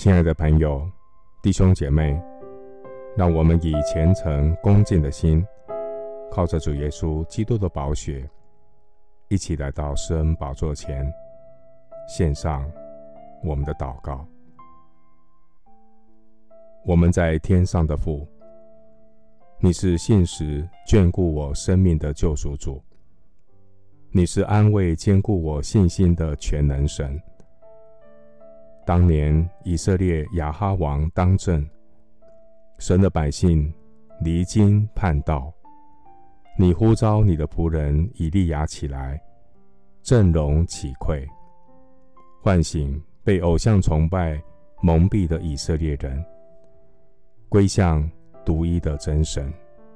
亲爱的朋友、弟兄姐妹，让我们以虔诚恭敬的心，靠着主耶稣基督的宝血，一起来到施恩宝座前，献上我们的祷告。我们在天上的父，你是信实眷顾我生命的救赎主，你是安慰坚固我信心的全能神。当年以色列亚哈王当政，神的百姓离经叛道，你呼召你的仆人以利亚起来，振聋起聩，唤醒被偶像崇拜蒙蔽的以色列人，归向独一的真神。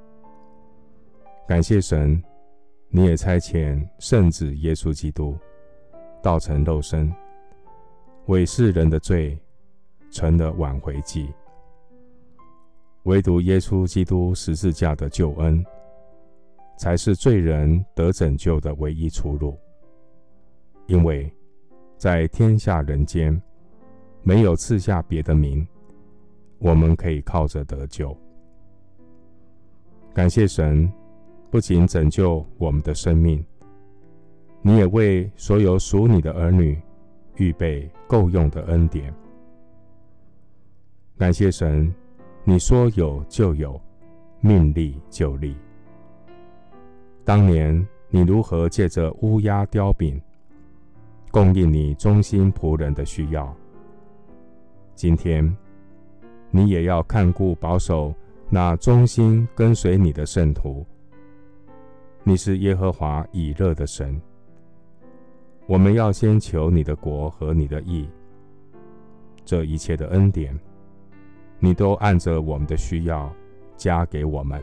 感谢神，你也差遣圣子耶稣基督道成肉身，为世人的罪成了挽回祭。唯独耶稣基督十字架的救恩，才是罪人得拯救的唯一出路。因为在天下人间，没有赐下别的名，我们可以靠着得救。感谢神，不仅拯救我们的生命，你也为所有属你的儿女预备够用的恩典。感谢神，你说有就有，命立就立。当年你如何借着乌鸦雕饼供应你忠心仆人的需要，今天你也要看顾保守那忠心跟随你的圣徒。你是耶和华以勒的神，我们要先求你的国和你的义，这一切的恩典，你都按着我们的需要加给我们。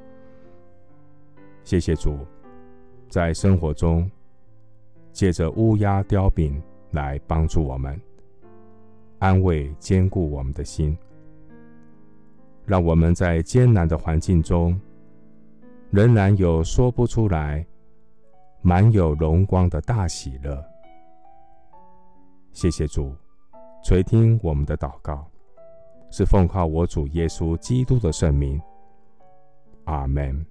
谢谢主，在生活中借着乌鸦雕饼来帮助我们，安慰坚固我们的心，让我们在艰难的环境中仍然有说不出来满有荣光的大喜乐。谢谢主，垂听我们的祷告，是奉靠我主耶稣基督的圣名。阿们。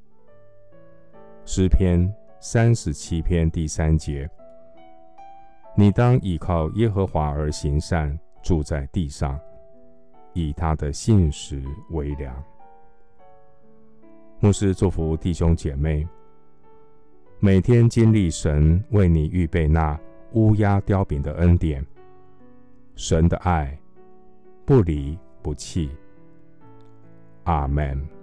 诗篇37篇第3节，你当倚靠耶和华而行善，住在地上，以他的信实为粮。牧师祝福弟兄姐妹，每天经历神为你预备那乌鸦雕饼的恩典，神的爱不离不弃。阿们。